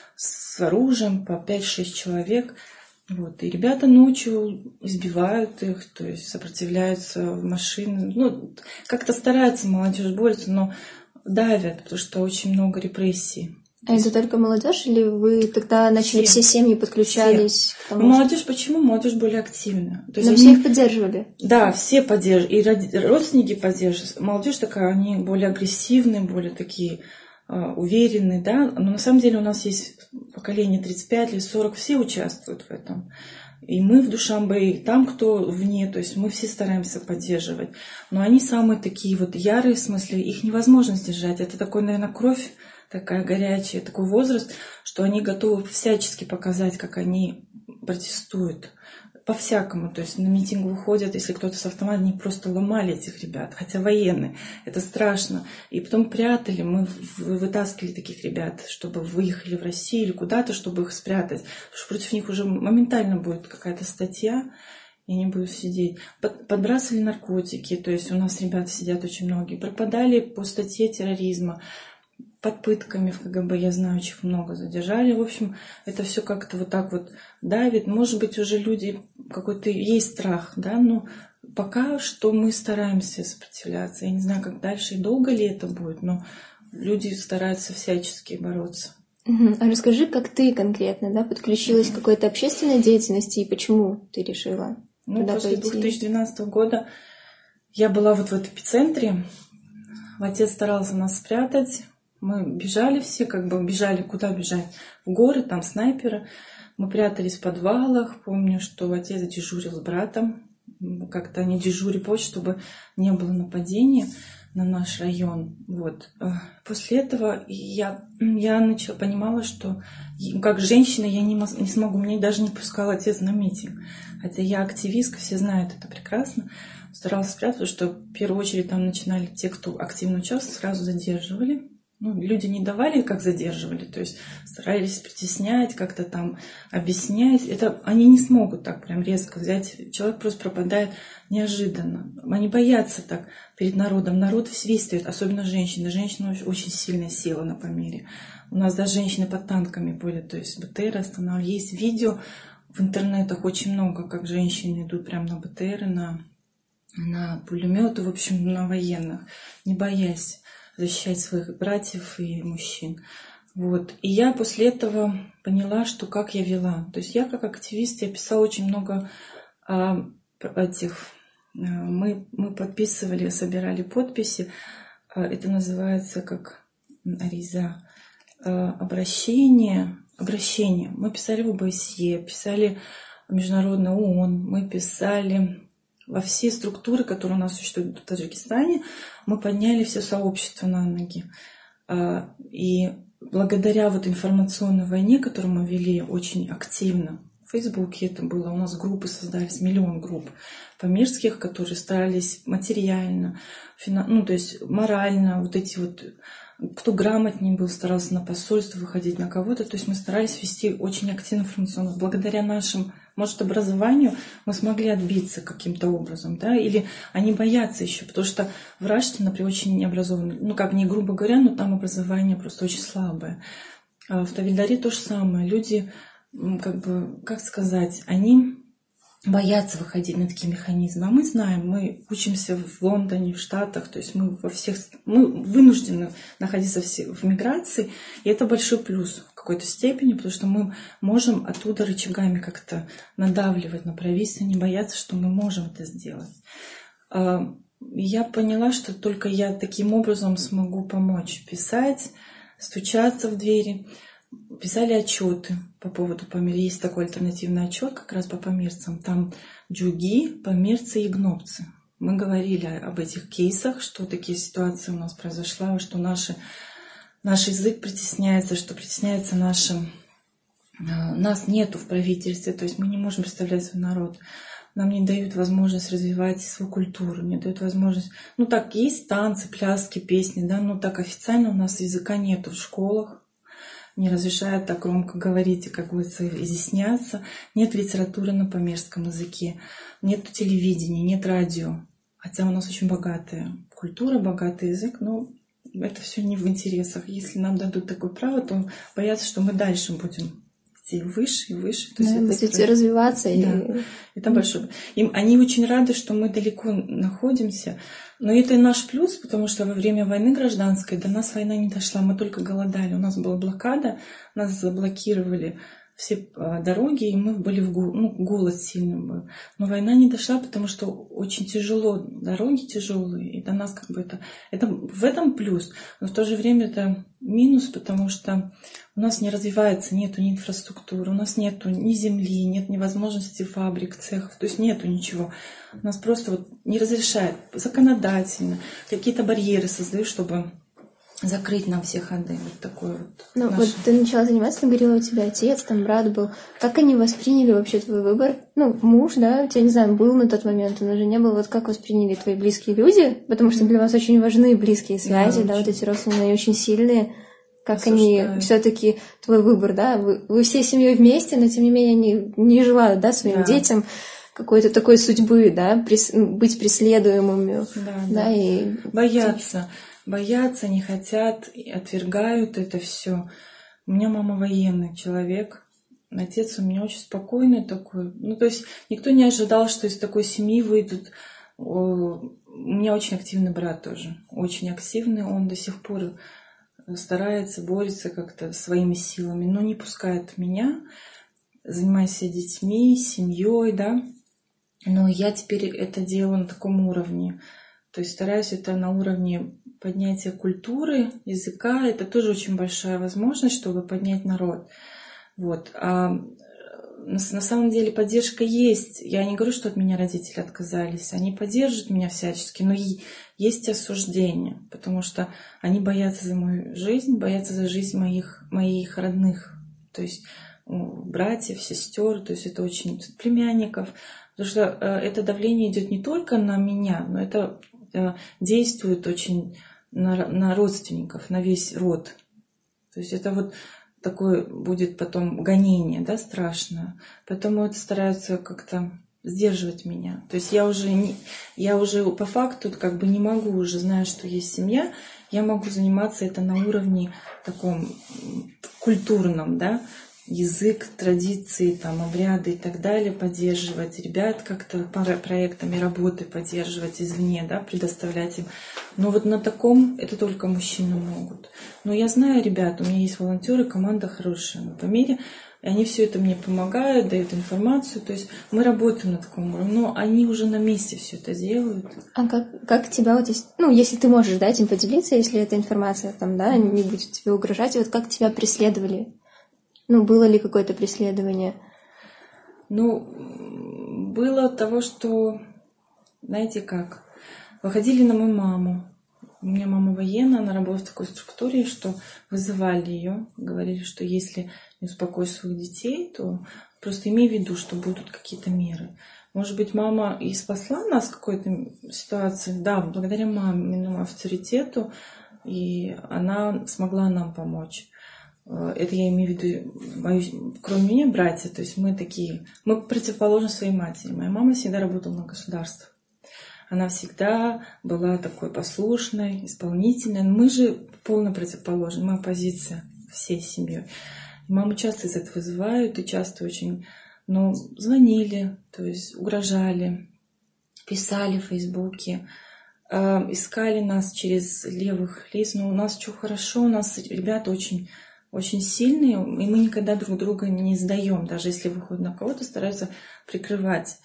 с оружием, по пять-шесть человек. Вот. И ребята ночью избивают их, то есть сопротивляются в машины. Ну, как-то стараются, молодежь борется, но давят, потому что очень много репрессий. А это только молодежь, или вы тогда начали все, все семьи подключались все. к тому? Ну, молодежь почему? Молодежь более активная. То есть Но они... все их поддерживали? Да, все поддерживали. И роди... родственники поддерживают. Молодежь такая, они более агрессивные, более такие uh, уверенные, да. Но на самом деле у нас есть поколение тридцать пять лет, сорок, все участвуют в этом. И мы в Душанбе, и там кто вне, то есть мы все стараемся поддерживать. Но они самые такие вот ярые, в смысле, их невозможно сдержать. Это такой, наверное, кровь такая горячая, такой возраст, что они готовы всячески показать, как они протестуют. По-всякому. То есть на митинг выходят, если кто-то с автоматом, они просто ломали этих ребят, хотя военные. Это страшно. И потом прятали, мы вытаскивали таких ребят, чтобы выехали в Россию или куда-то, чтобы их спрятать. Потому что против них уже моментально будет какая-то статья, и они будут сидеть. Подбрасывали наркотики, то есть у нас ребята сидят очень многие. Пропадали по статье терроризма. Под пытками в КГБ, я знаю, очень много задержали. В общем, это все как-то вот так вот давит. Может быть, уже люди, какой-то есть страх, да, но пока что мы стараемся сопротивляться. Я не знаю, как дальше и долго ли это будет, но люди стараются всячески бороться. Угу. А расскажи, как ты конкретно, да, подключилась угу. к какой-то общественной деятельности и почему ты решила ну, туда после пойти? две тысячи двенадцатого года я была вот в этом эпицентре. Отец старался нас спрятать. Мы бежали все, как бы бежали, куда бежать? В горы, там снайперы. Мы прятались в подвалах. Помню, что отец дежурил с братом. Как-то они дежурили позже, чтобы не было нападения на наш район. Вот. После этого я, я начала, понимала, что как женщина я не, не смогу. Меня даже не пускал отец на митинг. Хотя я активистка, все знают это прекрасно. Старалась спрятать, потому что в первую очередь там начинали те, кто активно участвовал, сразу задерживали. Ну, люди не давали, как задерживали, то есть старались притеснять, как-то там объяснять. Это они не смогут так прям резко взять. Человек просто пропадает неожиданно. Они боятся так перед народом. Народ весь стоит, особенно женщины. Женщина очень сильная сила на Памире. У нас даже женщины под танками были, то есть БТР останавливали. Есть видео в интернетах очень много, как женщины идут прямо на БТРы, на, на пулеметы, в общем, на военных, не боясь защищать своих братьев и мужчин. Вот. И я после этого поняла, что как я вела. То есть я как активист, я писала очень много а, этих... А, мы, мы подписывали, собирали подписи. А, это называется как ариза. А, обращение. Обращение. Мы писали в ОБСЕ, писали в Международный ООН, мы писали... Во все структуры, которые у нас существуют в Таджикистане, мы подняли все сообщество на ноги. И благодаря вот информационной войне, которую мы вели очень активно, в Фейсбуке это было, у нас группы создались, миллион групп памирских, которые старались материально, ну то есть морально, вот эти вот, кто грамотнее был, старался на посольство выходить, на кого-то. То есть мы старались вести очень активно информационно. Благодаря нашим, может, образованию мы смогли отбиться каким-то образом, да, или они боятся еще, потому что в Раште, например, очень необразованные, ну, как не грубо говоря, но там образование просто очень слабое. А в Тавильдаре то же самое. Люди, как бы, как сказать, они боятся выходить на такие механизмы. А мы знаем, мы учимся в Лондоне, в Штатах, то есть мы во всех, мы вынуждены находиться в миграции, и это большой плюс в какой-то степени, потому что мы можем оттуда рычагами как-то надавливать на правительство, не бояться, что мы можем это сделать. Я поняла, что только я таким образом смогу помочь писать, стучаться в двери. писали отчеты по поводу Памира. Есть такой альтернативный отчет как раз по памирцам. Там джуги, памирцы и гнобцы. Мы говорили об этих кейсах, что такие ситуации у нас произошла, что наши, наш язык притесняется, что притесняется нашим... Нас нету в правительстве, то есть мы не можем представлять свой народ. Нам не дают возможность развивать свою культуру, не дают возможность... Ну так, есть танцы, пляски, песни, да, но так официально у нас языка нету в школах. Не разрешают так громко говорить и, как говорится, изъясняться. Нет литературы на памирском языке, нет телевидения, нет радио. Хотя у нас очень богатая культура, богатый язык, но это все не в интересах. Если нам дадут такое право, то боятся, что мы дальше будем идти выше и выше. То да, есть будете это... развиваться. Да, и... это большое. Им, они очень рады, что мы далеко находимся. Но это и наш плюс, потому что во время войны гражданской до нас война не дошла. Мы только голодали. У нас была блокада, нас заблокировали все дороги, и мы были в гол... ну, голод сильный был. Но война не дошла, потому что очень тяжело, дороги тяжелые, и до нас как бы это... это в этом плюс, но в то же время это минус, потому что у нас не развивается, нету ни инфраструктуры, у нас нету ни земли, нет ни возможности фабрик, цехов, то есть нету ничего. У нас просто вот не разрешают законодательно, какие-то барьеры создают, чтобы закрыть нам все ходы. Вот такой вот. Ну, наш... вот ты начала заниматься, ты говорила, у тебя отец, там брат был. Как они восприняли вообще твой выбор? Ну, муж, да, у тебя, не знаю, был на тот момент, он уже не был. Вот как восприняли твои близкие люди? Потому что для вас очень важны близкие связи, да, да вот эти родственные, очень сильные. Как осуждаю. Они все-таки твой выбор, да? Вы, вы всей семьей вместе, но тем не менее они не желают, да, своим да. детям какой-то такой судьбы, да, прес, быть преследуемыми. Да, да, да. И... Боятся. Боятся, не хотят, отвергают это все. У меня мама военный человек. Отец у меня очень спокойный такой. Ну, то есть никто не ожидал, что из такой семьи выйдут. У меня очень активный брат тоже. Очень активный. Он до сих пор старается, борется как-то своими силами, но не пускает меня, занимаясь детьми, семьей, да. Но я теперь это делаю на таком уровне. То есть стараюсь это на уровне поднятия культуры, языка. Это тоже очень большая возможность, чтобы поднять народ. Вот. А на самом деле поддержка есть. Я не говорю, что от меня родители отказались. Они поддерживают меня всячески, но есть осуждение, потому что они боятся за мою жизнь, боятся за жизнь моих, моих родных. То есть братьев, сестер, то есть это очень племянников. Потому что это давление идет не только на меня, но это действует очень на, на родственников, на весь род. То есть это вот такое будет потом гонение, да, страшное. Поэтому это стараются как-то сдерживать меня. То есть я уже, не, я уже по факту как бы не могу уже, зная, что есть семья, я могу заниматься это на уровне таком культурном, да, язык, традиции, там, обряды и так далее, поддерживать ребят как-то проектами работы, поддерживать извне, да, предоставлять им. Но вот на таком это только мужчины могут. Но я знаю ребят, у меня есть волонтеры, команда хорошая на Памире, и они все это мне помогают, дают информацию, то есть мы работаем на таком уровне, но они уже на месте все это делают. А как, как тебя вот здесь, ну, если ты можешь, да, этим поделиться, если эта информация там, да, не будет тебе угрожать, вот как тебя преследовали? Ну, было ли какое-то преследование? Ну, было от того, что, знаете как, выходили на мою маму. У меня мама военная, она работает в такой структуре, что вызывали ее, говорили, что если не успокоишь своих детей, то просто имей в виду, что будут какие-то меры. Может быть, мама и спасла нас в какой-то ситуации, да, благодаря маминому авторитету, и она смогла нам помочь. Это я имею в виду, мою, кроме меня, братья, то есть мы такие, мы противоположны своей матери. Моя мама всегда работала на государство. Она всегда была такой послушной, исполнительной. Мы же полно противоположны, мы оппозиция всей семьей. Маму часто из этого вызывают и часто очень, ну, звонили, то есть угрожали, писали в Фейсбуке, э, искали нас через левых лиц. Но у нас что хорошо, у нас ребята очень... очень сильные, и мы никогда друг друга не сдаем. Даже если выходят на кого-то, стараются прикрывать.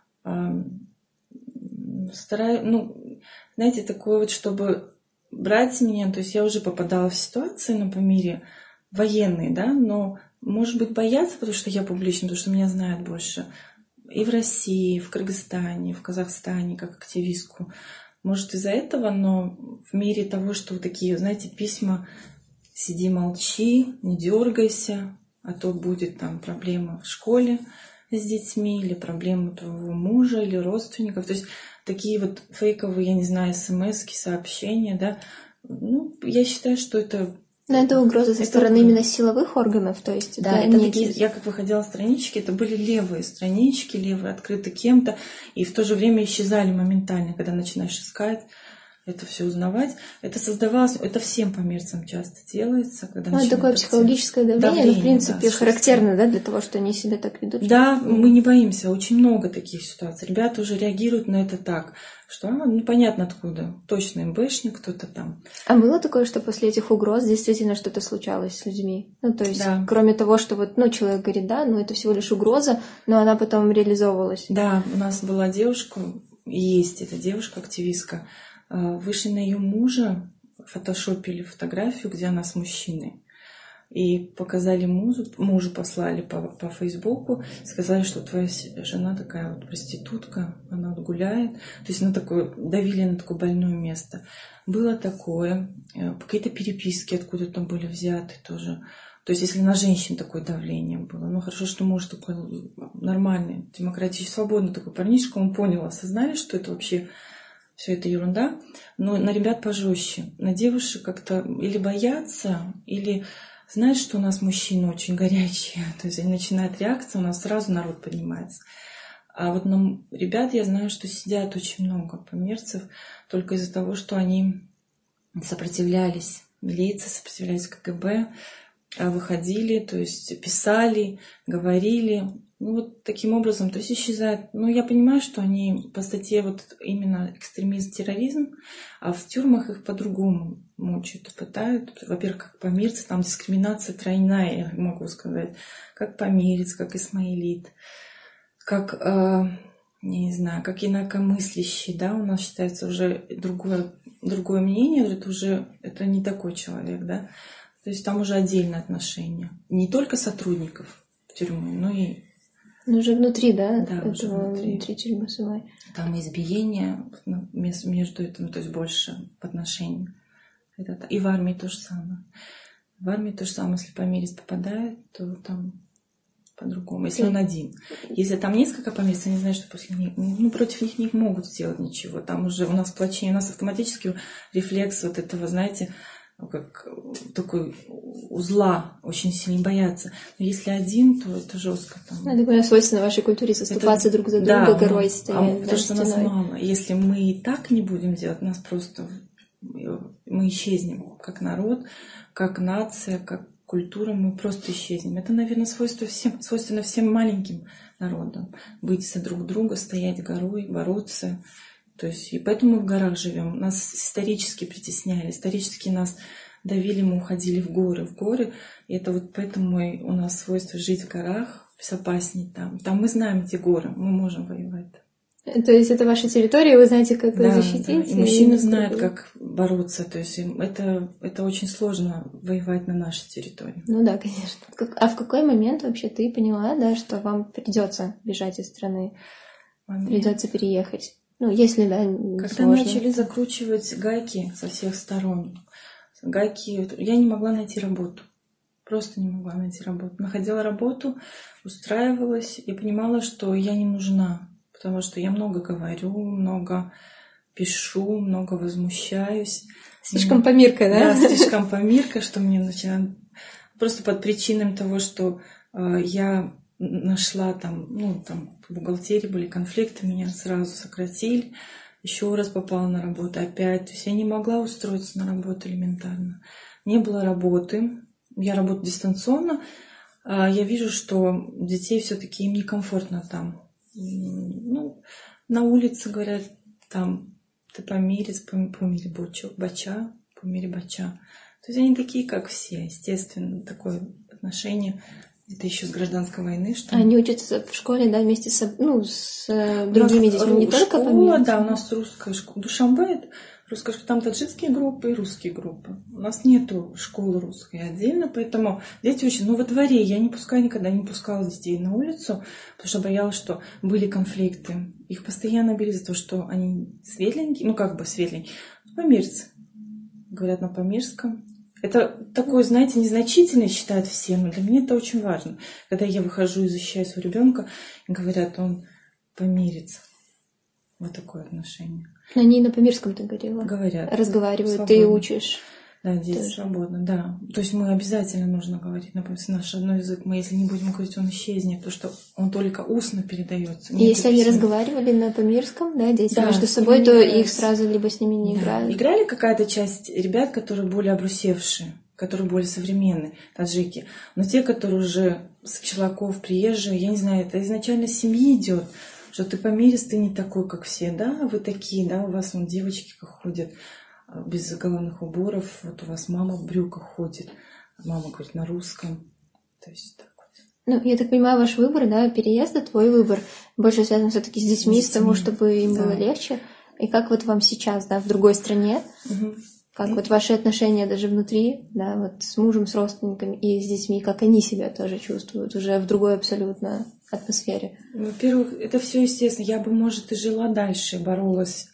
Стараю, ну, знаете, такое вот, чтобы брать меня, то есть я уже попадала в ситуации на Памире, военные, да, но, может быть, боятся, потому что я публична, потому что меня знают больше. И в России, и в Кыргызстане, и в Казахстане, как активистку. Может, из-за этого, но в мире того, что вот такие, знаете, письма «сиди, молчи, не дергайся, а то будет там проблема в школе с детьми, или проблема твоего мужа, или родственников». То есть такие вот фейковые, я не знаю, смс-ки, сообщения, да. Ну, я считаю, что это... Но это угроза со это стороны угроза. именно силовых органов, то есть Да, это, это не такие, эти- я как выходила странички, это были левые странички, левые, открыты кем-то, и в то же время исчезали моментально, когда начинаешь искать, это все узнавать. Это создавалось, это всем померцам часто делается, когда Ну, это такое начинают психологическое давление, давление, но, в принципе, да, характерно, да, для того, что они себя так ведут. Да, что- мы не боимся, очень много таких ситуаций. Ребята уже реагируют на это так, что, а, ну, понятно откуда, точно МБшник, кто-то там. А было такое, что после этих угроз действительно что-то случалось с людьми? Ну, то есть, Да. кроме того, что вот, ну, человек говорит, да, ну, это всего лишь угроза, но она потом реализовывалась. Да, у нас была девушка, и есть эта девушка-активистка, а, вышли на ее мужа, фотошопили фотографию, где она с мужчиной. И показали мужу, мужу послали по, по Фейсбуку, сказали, что твоя жена такая вот проститутка, она вот гуляет. То есть на такое, давили на такое больное место. Было такое, э, какие-то переписки откуда-то были взяты тоже. То есть если на женщин такое давление было. Ну хорошо, что муж такой нормальный, демократический, свободный такой парнишка, он понял, осознали, что это вообще все это ерунда. Но на ребят пожестче. На девушек как-то или боятся, или... Знаешь, что у нас мужчины очень горячие, то есть они начинают реакция, у нас сразу народ поднимается. А вот на ребят я знаю, что сидят очень много померцев только из-за того, что они сопротивлялись, милиция сопротивлялись, КГБ, выходили, то есть писали, говорили. Ну вот таким образом, то есть исчезает. Но я понимаю, что они по статье вот именно экстремизм, терроризм, а в тюрьмах их по-другому мучают и пытают. Во-первых, как помирцы, там дискриминация тройная, я могу сказать. Как помирец, как исмаилит, как, э, я не знаю, как инакомыслящий, да, у нас считается уже другое, другое мнение, это уже это не такой человек, да. То есть там уже отдельное отношение. Не только сотрудников в тюрьму, но и... Ну, уже внутри, да? Да, этого, уже внутри. внутри тюрьмы самой. Там избиение между этим, то есть больше в отношении. Это, и в армии то же самое. В армии то же самое, если померец попадает, то там по-другому. Если он один. Если там несколько померцев, они знают, что после них, ну, против них не могут сделать ничего. Там уже у нас сплочение, у нас автоматически рефлекс вот этого, знаете, как такой узла, очень сильно боятся. Но если один, то это жестко. Там. Это, наверное, свойственно вашей культуре заступаться это, друг за друга, да, горой стоять. А, да, потому что стеной. нас мало. Если мы и так не будем делать, нас просто мы исчезнем как народ, как нация, как культура, мы просто исчезнем. Это, наверное, свойство всем, свойственно всем маленьким народам. Быть за друг друга, стоять горой, бороться. То есть, и поэтому мы в горах живем. Нас исторически притесняли, исторически нас давили, мы уходили в горы, в горы. И это вот поэтому у нас свойство жить в горах, безопаснее там. Там мы знаем эти горы, мы можем воевать. То есть это ваша территория, вы знаете, как да, ее защитить. Да. И мужчины знают, как бороться. То есть это, это очень сложно воевать на нашей территории. Ну да, конечно. А в какой момент вообще ты поняла, да, что вам придется бежать из страны, момент. Придется переехать? Ну, если, да, Когда сложно. начали закручивать гайки со всех сторон, гайки, я не могла найти работу. Просто не могла найти работу. Находила работу, устраивалась и понимала, что я не нужна. Потому что я много говорю, много пишу, много возмущаюсь. Слишком помирка, да? Да, слишком помирка, что мне начинает... Просто под причинами того, что э, я нашла там, ну, там в бухгалтерии были конфликты, меня сразу сократили. Еще раз попала на работу опять. То есть я не могла устроиться на работу элементарно. Не было работы. Я работаю дистанционно. А я вижу, что детей все-таки им некомфортно там. Ну, на улице говорят, там, ты помирец, помири бача, бача, помири бача. То есть они такие, как все, естественно, такое отношение. Это еще с гражданской войны, что... Они учатся в школе, да, вместе с, ну, с другими детьми, не только школа, помирцы. да, у нас русская школа. Душанбе, Плюс, скажу, там таджикские группы и русские группы. У нас нету школы русской отдельно, поэтому дети учат. Ну, во дворе я не пускаю никогда, не пускала детей на улицу, потому что боялась, что были конфликты. Их постоянно били за то, что они светленькие, ну, как бы светленькие, помирцы. Говорят на памирском. Это такое, знаете, незначительное считают все, но для меня это очень важно. Когда я выхожу и защищаю своего ребенка, говорят, он помирец. Вот такое отношение. Они на памирском, ты говорила? Говорят. Разговаривают, Свободно. ты учишь. Да, дети тоже. Свободно, да. То есть мы обязательно нужно говорить, например, наш родной язык. Мы, если не будем говорить, он исчезнет, потому что он только устно передается. И если они разговаривали на памирском, да, дети да, между собой, то играются. Их сразу либо с ними не да. играют. Играли какая-то часть ребят, которые более обрусевшие, которые более современные, таджики. Но те, которые уже с челоков, приезжие, я не знаю, это изначально с семьи идет, что ты помирец, ты не такой, как все, да, вы такие, да, у вас вон девочки как ходят без головных уборов, вот у вас мама в брюках ходит, мама говорит на русском, то есть так вот. Ну, я так понимаю, ваш выбор, да, переезда, твой выбор больше связан все-таки с детьми, с, детьми. С тому, чтобы им да. было легче. И как вот вам сейчас, да, в другой стране, угу. как и... вот ваши отношения даже внутри, да, вот с мужем, с родственниками и с детьми, как они себя тоже чувствуют уже в другой абсолютно атмосфере? Во-первых, это все естественно. Я бы, может, и жила дальше, боролась.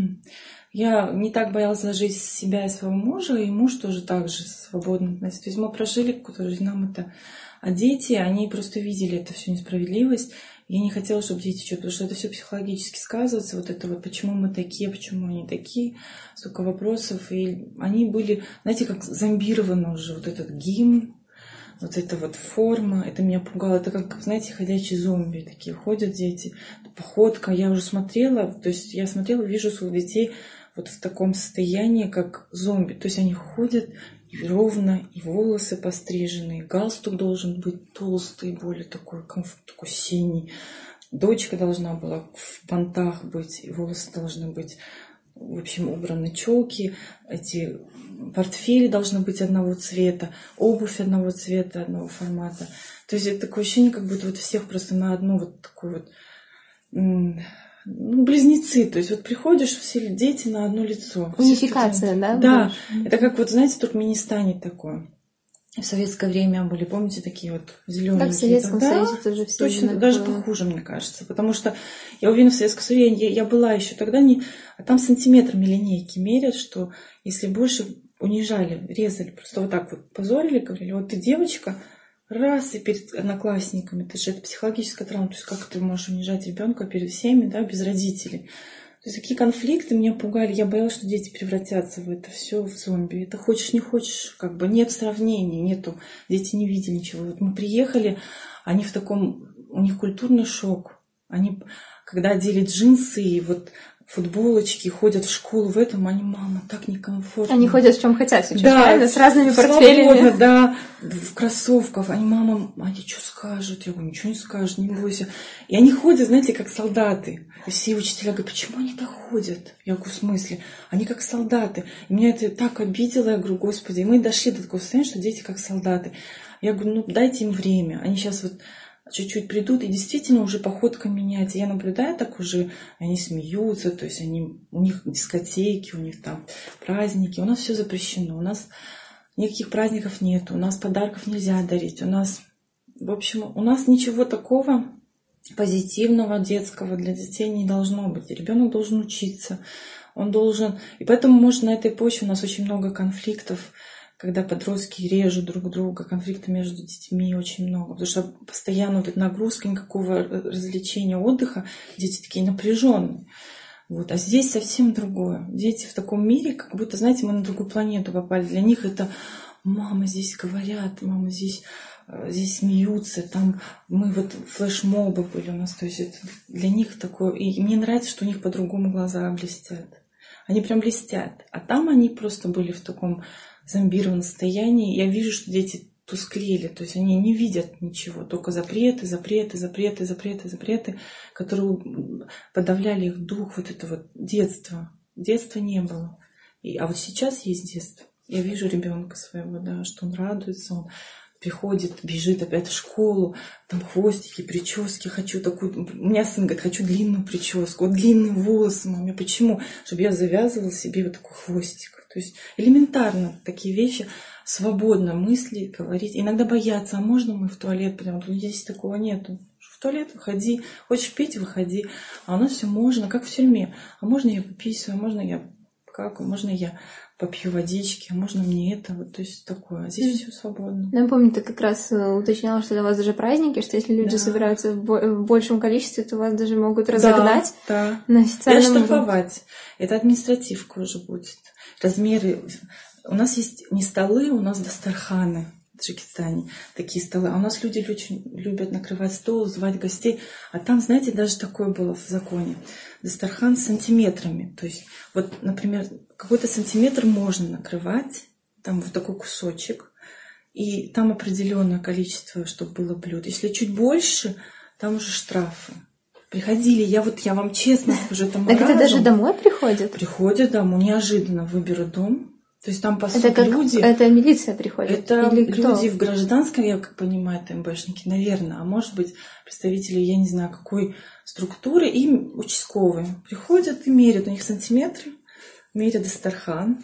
Я не так боялась ложить себя и своего мужа, и муж тоже так же свободно относится. То есть мы прожили какую-то жизнь, нам это... А дети, они просто видели эту всю несправедливость. Я не хотела, чтобы дети что-то... Потому что это все психологически сказывается. Вот это вот, почему мы такие, почему они такие. Столько вопросов. И они были, знаете, как зомбированы уже. Вот этот гимн, вот эта вот форма. Это меня пугало. Это как, знаете, ходячие зомби такие. Ходят дети. Походка. Я уже смотрела. То есть я смотрела, вижу своих детей вот в таком состоянии, как зомби. То есть они ходят и ровно, и волосы пострижены, и галстук должен быть толстый, более такой, комфорт, такой синий. Дочка должна была в бантах быть, и волосы должны быть, в общем, убраны, челки, эти портфели должны быть одного цвета, обувь одного цвета, одного формата. То есть это такое ощущение, как будто вот всех просто на одну вот такую вот... Ну, близнецы, то есть вот приходишь, все дети на одно лицо. Унификация, да? Да, больше? Это как вот, знаете, в Туркменистане такое. В советское время были, помните, такие вот зеленые. Да, в Советском да, Союзе тоже все точно, даже похуже, мне кажется. Потому что я уверена, в Советском Союзе я, я была еще тогда, не, а там сантиметрами линейки мерят, что если больше унижали, резали, просто вот так вот позорили, говорили, вот ты девочка, раз и перед одноклассниками, это же это психологическая травма, то есть как ты можешь унижать ребенка перед всеми, да, без родителей. То есть такие конфликты меня пугали, я боялась, что дети превратятся в это все, в зомби. Это хочешь, не хочешь, как бы нет сравнения, нету, дети не видели ничего. Вот мы приехали, они в таком, у них культурный шок. Они, когда одели джинсы и вот футболочки, ходят в школу в этом, они, мама, так некомфортно. Они ходят в чем хотят сейчас, да, правильно? С разными портфелями. Свободно, да, в кроссовках. Они, мама, они что скажут? Я говорю, ничего не скажут, не бойся. И они ходят, знаете, как солдаты. И все учителя говорят, почему они так ходят? Я говорю, в смысле? Они как солдаты. И меня это так обидело, я говорю, господи. И мы дошли до такого состояния, что дети как солдаты. Я говорю, ну дайте им время. Они сейчас вот чуть-чуть придут, и действительно уже походка меняется. Я наблюдаю так уже, они смеются, то есть они, у них дискотеки, у них там праздники. У нас все запрещено, у нас никаких праздников нет, у нас подарков нельзя дарить, у нас, в общем, у нас ничего такого позитивного, детского для детей не должно быть. Ребенок должен учиться, он должен... И поэтому, может, на этой почве у нас очень много конфликтов, когда подростки режут друг друга, конфликты между детьми очень много, потому что постоянно вот эта нагрузка, никакого развлечения, отдыха, дети такие напряженные. Вот. А здесь совсем другое. Дети в таком мире, как будто, знаете, мы на другую планету попали. Для них это мама здесь говорят, мама здесь, здесь смеются, там мы вот флешмобы были у нас, то есть это для них такое. И мне нравится, что у них по-другому глаза блестят. Они прям блестят. А там они просто были в таком зомбированном состоянии. Я вижу, что дети тусклели, то есть они не видят ничего, только запреты, запреты, запреты, запреты, запреты, которые подавляли их дух, вот это вот детство. Детства не было. И, а вот сейчас есть детство. Я вижу ребенка своего, да, что он радуется, он приходит, бежит опять в школу, там хвостики, прически, хочу такую... У меня сын говорит, хочу длинную прическу, вот длинные волосы, маме. Почему? Чтобы я завязывала себе вот такой хвостик. То есть элементарно такие вещи, свободно мыслить, говорить. Иногда боятся, а можно мы в туалет прям? Тут здесь такого нету. В туалет выходи, хочешь пить, выходи. А у нас все можно, как в тюрьме. А можно я пописаю, а можно я какаю, можно я попью водички, а можно мне это, вот, то есть такое. А здесь mm. все свободно. Ну, я помню, ты как раз уточняла, что для вас даже праздники, что если люди да. собираются в большем количестве, то вас даже могут разогнать да, на да. официальном уровне. И штрафовать. Это административка уже будет. Размеры. У нас есть не столы, у нас дастарханы. В Таджикистане такие столы. А у нас люди очень любят накрывать стол, звать гостей. А там, знаете, даже такое было в законе. Дастархан с сантиметрами. То есть, вот, например, какой-то сантиметр можно накрывать, там вот такой кусочек, и там определенное количество, чтобы было блюд. Если чуть больше, там уже штрафы. Приходили, я вот, я вам честно скажу, это маразм. Так это даже домой приходят? Приходят домой, неожиданно выберут дом. То есть там, по сути, это как, люди... Это милиция приходит? Это Или люди кто? в гражданском, я как понимаю, это МБшники, наверное. А может быть, представители, я не знаю, какой структуры, и участковые приходят и меряют. У них сантиметры, меряют дастархан.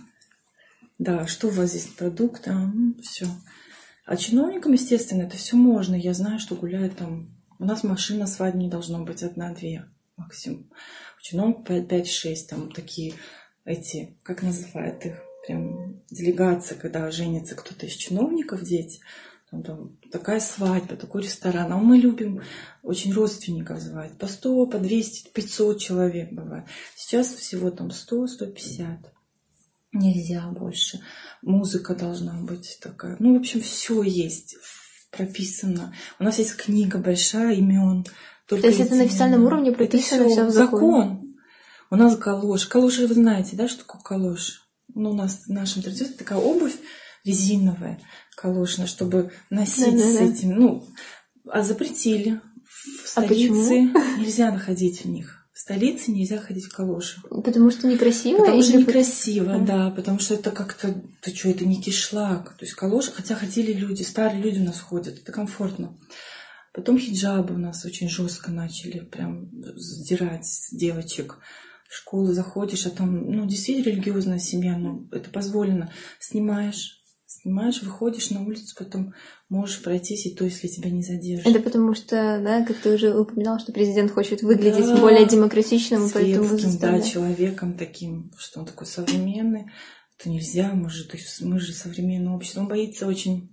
Да, что у вас здесь, продукты, а, ну, все. А чиновникам, естественно, это все можно. Я знаю, что гуляют там... У нас машина свадьбы не должно быть одна-две максимум. У чиновников пять-шесть, там такие эти, как называют их? Прям делегация, когда женится кто-то из чиновников, дети, там, там, такая свадьба, такой ресторан. А мы любим очень родственников звать. По сто, по двести, пятьсот человек бывает. Сейчас всего там сто, сто пятьдесят. Нельзя больше. Музыка должна быть такая. Ну, в общем, все есть прописано. У нас есть книга большая имен. То есть это на официальном уровне прописано все в законе? Закон. У нас галош. Калоши вы знаете, да, что такое калош? Ну, у нас в нашем традиции такая обувь резиновая, калошная, чтобы носить да, с да, этим. Ну, а запретили. В столице а нельзя находить в них. В столице нельзя ходить в калошах. Потому что некрасиво? Потому что или... некрасиво, а. да. Потому что это как-то... Ты что, это не кишлак. То есть калоши, хотя ходили люди, старые люди у нас ходят. Это комфортно. Потом хиджабы у нас очень жестко начали прям сдирать с девочек. В школу заходишь, а там, ну, действительно религиозная семья, ну, это позволено. Снимаешь, снимаешь, выходишь на улицу, потом можешь пройтись, и то, если тебя не задержат. Это потому что, да, как ты уже упоминал, что президент хочет выглядеть да, более демократичным, поэтому да, человеком таким, что он такой современный. Это нельзя, мы же, то есть мы же современное общество. Он боится очень,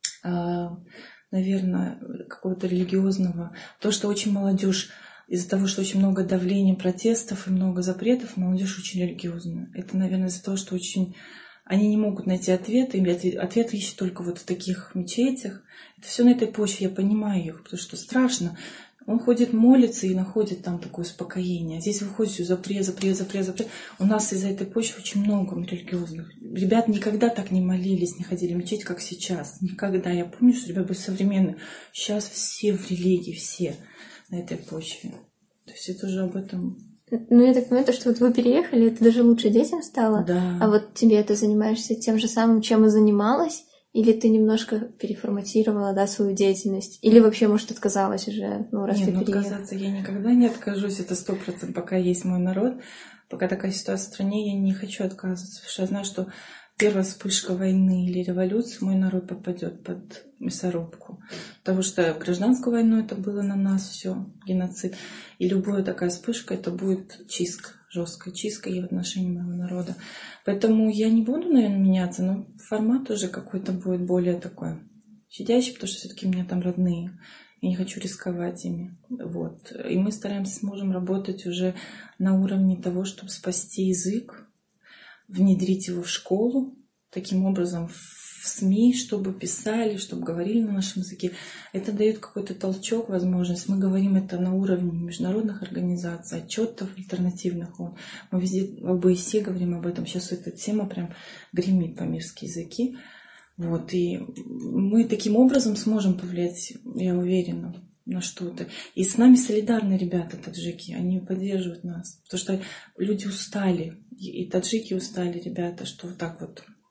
наверное, какого-то религиозного. То, что очень молодежь из-за того, что очень много давления, протестов и много запретов, молодежь очень религиозная. Это, наверное, из-за того, что очень... Они не могут найти ответы, и ответы ищут только вот в таких мечетях. Это все на этой почве, я понимаю их, потому что страшно. Он ходит, молится и находит там такое успокоение. А здесь выходит все запрет, запрет, запрет, запрет. У нас из-за этой почвы очень много религиозных. Ребят никогда так не молились, не ходили в мечеть, как сейчас. Никогда. Я помню, что ребята были современные. Сейчас все в религии, все на этой почве. То есть это уже об этом... Ну, я так понимаю, то, что вот вы переехали, это даже лучше детям стало. Да. А вот тебе ты занимаешься тем же самым, чем и занималась? Или ты немножко переформатировала, да, свою деятельность? Или вообще, может, отказалась уже, ну, раз Нет, ты ну, переехала? отказаться я никогда не откажусь. Это сто процентов, пока есть мой народ. Пока такая ситуация в стране, я не хочу отказываться. Потому что я знаю, что первая вспышка войны или революции, мой народ попадет под мясорубку. Потому что гражданскую войну это было на нас все, геноцид. И любая такая вспышка, это будет чистка, жесткая чистка и в отношении моего народа. Поэтому я не буду, наверное, меняться, но формат уже какой-то будет более такой щадящий, потому что все-таки у меня там родные. Я не хочу рисковать ими. Вот. И мы стараемся с мужем работать уже на уровне того, чтобы спасти язык, внедрить его в школу, таким образом в СМИ, чтобы писали, чтобы говорили на нашем языке. Это дает какой-то толчок, возможность. Мы говорим это на уровне международных организаций, отчетов альтернативных. Мы везде в ОБСЕ говорим об этом. Сейчас эта тема прям гремит по-мирски языки. Вот. И мы таким образом сможем повлиять, я уверена, на что-то. И с нами солидарны ребята, таджики. Они поддерживают нас. Потому что люди устали. И таджики устали, ребята, что вот так вот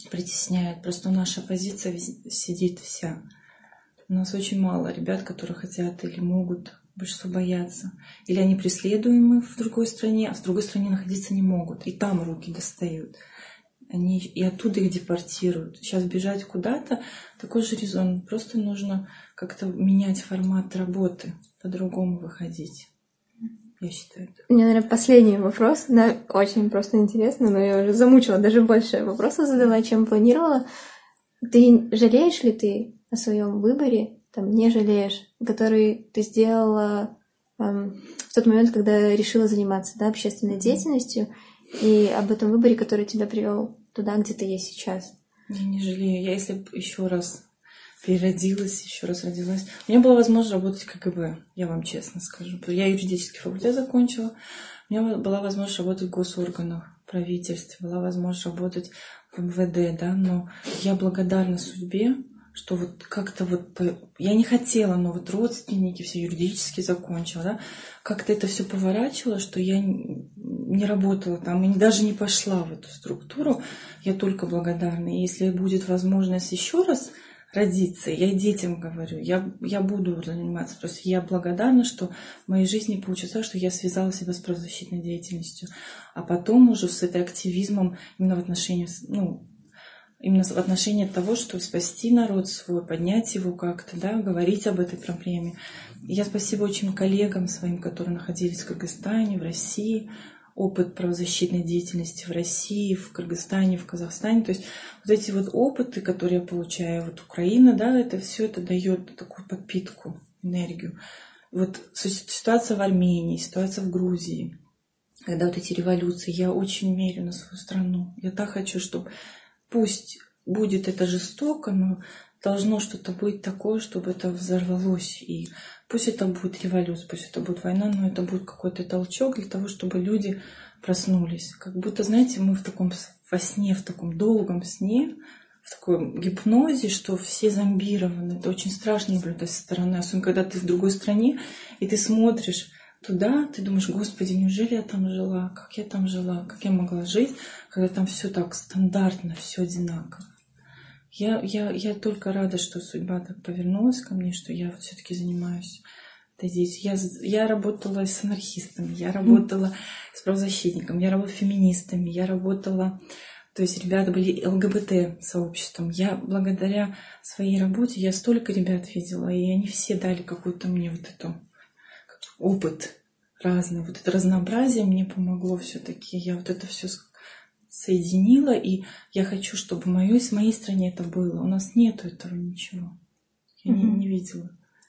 притесняет. Просто наша позиция сидит вся. У нас очень мало ребят, которые хотят или могут, большинство боятся. Или они преследуемы в другой стране, а в другой стране находиться не могут. И там руки достают. Они, и оттуда их депортируют. Сейчас бежать куда-то, такой же резон. Просто нужно как-то менять формат работы, по-другому выходить. Я считаю. У меня, наверное, последний вопрос. Да, очень просто интересно, но я уже замучила, даже больше вопросов задала, чем планировала. Ты жалеешь ли ты о своем выборе, там, не жалеешь, который ты сделала эм, в тот момент, когда решила заниматься, да, общественной деятельностью, и об этом выборе, который тебя привел туда, где ты есть сейчас? Я не жалею. Я, если бы еще раз переродилась, еще раз родилась, у меня была возможность работать в ка гэ бэ, я вам честно скажу. Я юридический факультет закончила, у меня была возможность работать в госорганах, в правительстве, была возможность работать в эм вэ дэ, да, но я благодарна судьбе, что вот как-то вот, я не хотела, но вот родственники все юридически закончила, да, как-то это все поворачивало, что я не работала там и даже не пошла в эту структуру, я только благодарна. И если будет возможность еще раз родиться, я и детям говорю, я, я буду заниматься, просто я благодарна, что в моей жизни получилось так, что я связала себя с правозащитной деятельностью, а потом уже с этой активизмом именно в отношении, ну, именно в отношении того, чтобы спасти народ свой, поднять его как-то, да, говорить об этой проблеме. И я спасибо очень коллегам своим, которые находились в Кыргызстане, в России, опыт правозащитной деятельности в России, в Кыргызстане, в Казахстане. То есть вот эти вот опыты, которые я получаю, вот Украина, да, это все это дает такую подпитку, энергию. Вот ситуация в Армении, ситуация в Грузии, когда вот эти революции, я очень верю на свою страну. Я так хочу, чтобы пусть будет это жестоко, но должно что-то быть такое, чтобы это взорвалось. И пусть это будет революция, пусть это будет война, но это будет какой-то толчок для того, чтобы люди проснулись. Как будто, знаете, мы в таком во сне, в таком долгом сне, в таком гипнозе, что все зомбированы. Это очень страшно наблюдать со стороны. Особенно, когда ты в другой стране, и ты смотришь туда, ты думаешь, Господи, неужели я там жила? Как я там жила? Как я могла жить, когда там все так стандартно, все одинаково? Я, я, я только рада, что судьба так повернулась ко мне, что я вот все-таки занимаюсь этой деятельностью. Я, я работала с анархистами, я работала с правозащитниками, я работала с феминистами, я работала... То есть ребята были эл гэ бэ тэ сообществом. Я благодаря своей работе, я столько ребят видела, и они все дали какой-то мне вот эту... опыт разный. Вот это разнообразие мне помогло все-таки. Я вот это все соединила, и я хочу, чтобы в моей, в моей стране это было. У нас нету этого ничего. Я mm-hmm. не, не видела.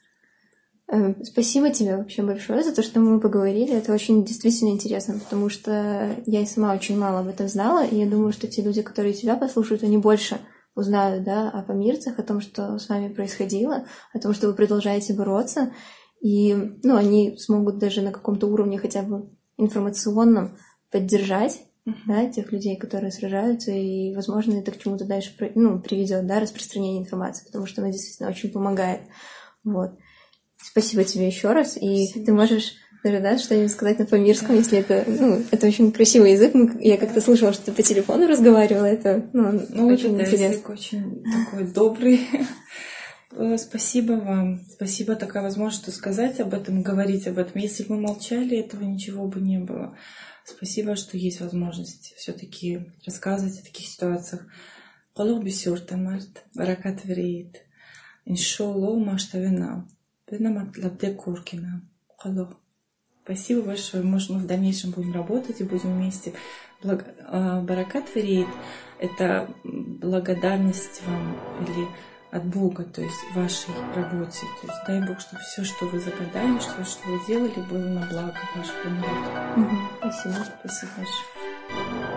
Спасибо тебе вообще большое за то, что мы поговорили. Это очень действительно интересно, потому что я и сама очень мало об этом знала, и я думаю, что те люди, которые тебя послушают, они больше узнают, да, о помирцах, о том, что с вами происходило, о том, что вы продолжаете бороться. И, ну, они смогут даже на каком-то уровне хотя бы информационном поддержать, uh-huh. да, тех людей, которые сражаются, и, возможно, это к чему-то дальше, ну, приведет, да, распространение информации, потому что она действительно очень помогает. Вот. Спасибо тебе еще раз, и Спасибо. Ты можешь даже, да, что-нибудь сказать на памирском, если это, ну, это очень красивый язык. Я как-то слышала, что ты по телефону разговаривала, это, ну, ну очень это, интересно. Да, язык очень такой добрый. Спасибо вам. Спасибо, такая возможность что сказать об этом, говорить об этом. Если бы мы молчали, этого ничего бы не было. Спасибо, что есть возможность все-таки рассказывать о таких ситуациях. Колох бисюрта март, баракат вереет. Иншолло маштавена. Бенаматлабде куркина. Колох. Спасибо большое. Может, мы в дальнейшем будем работать и будем вместе. Благ... Баракат вереет — это благодарность вам или от Бога, то есть в вашей работе. То есть дай Бог, чтобы все, что вы загадали, что, что вы делали, было на благо вашего народа. Угу. Спасибо. Спасибо большое.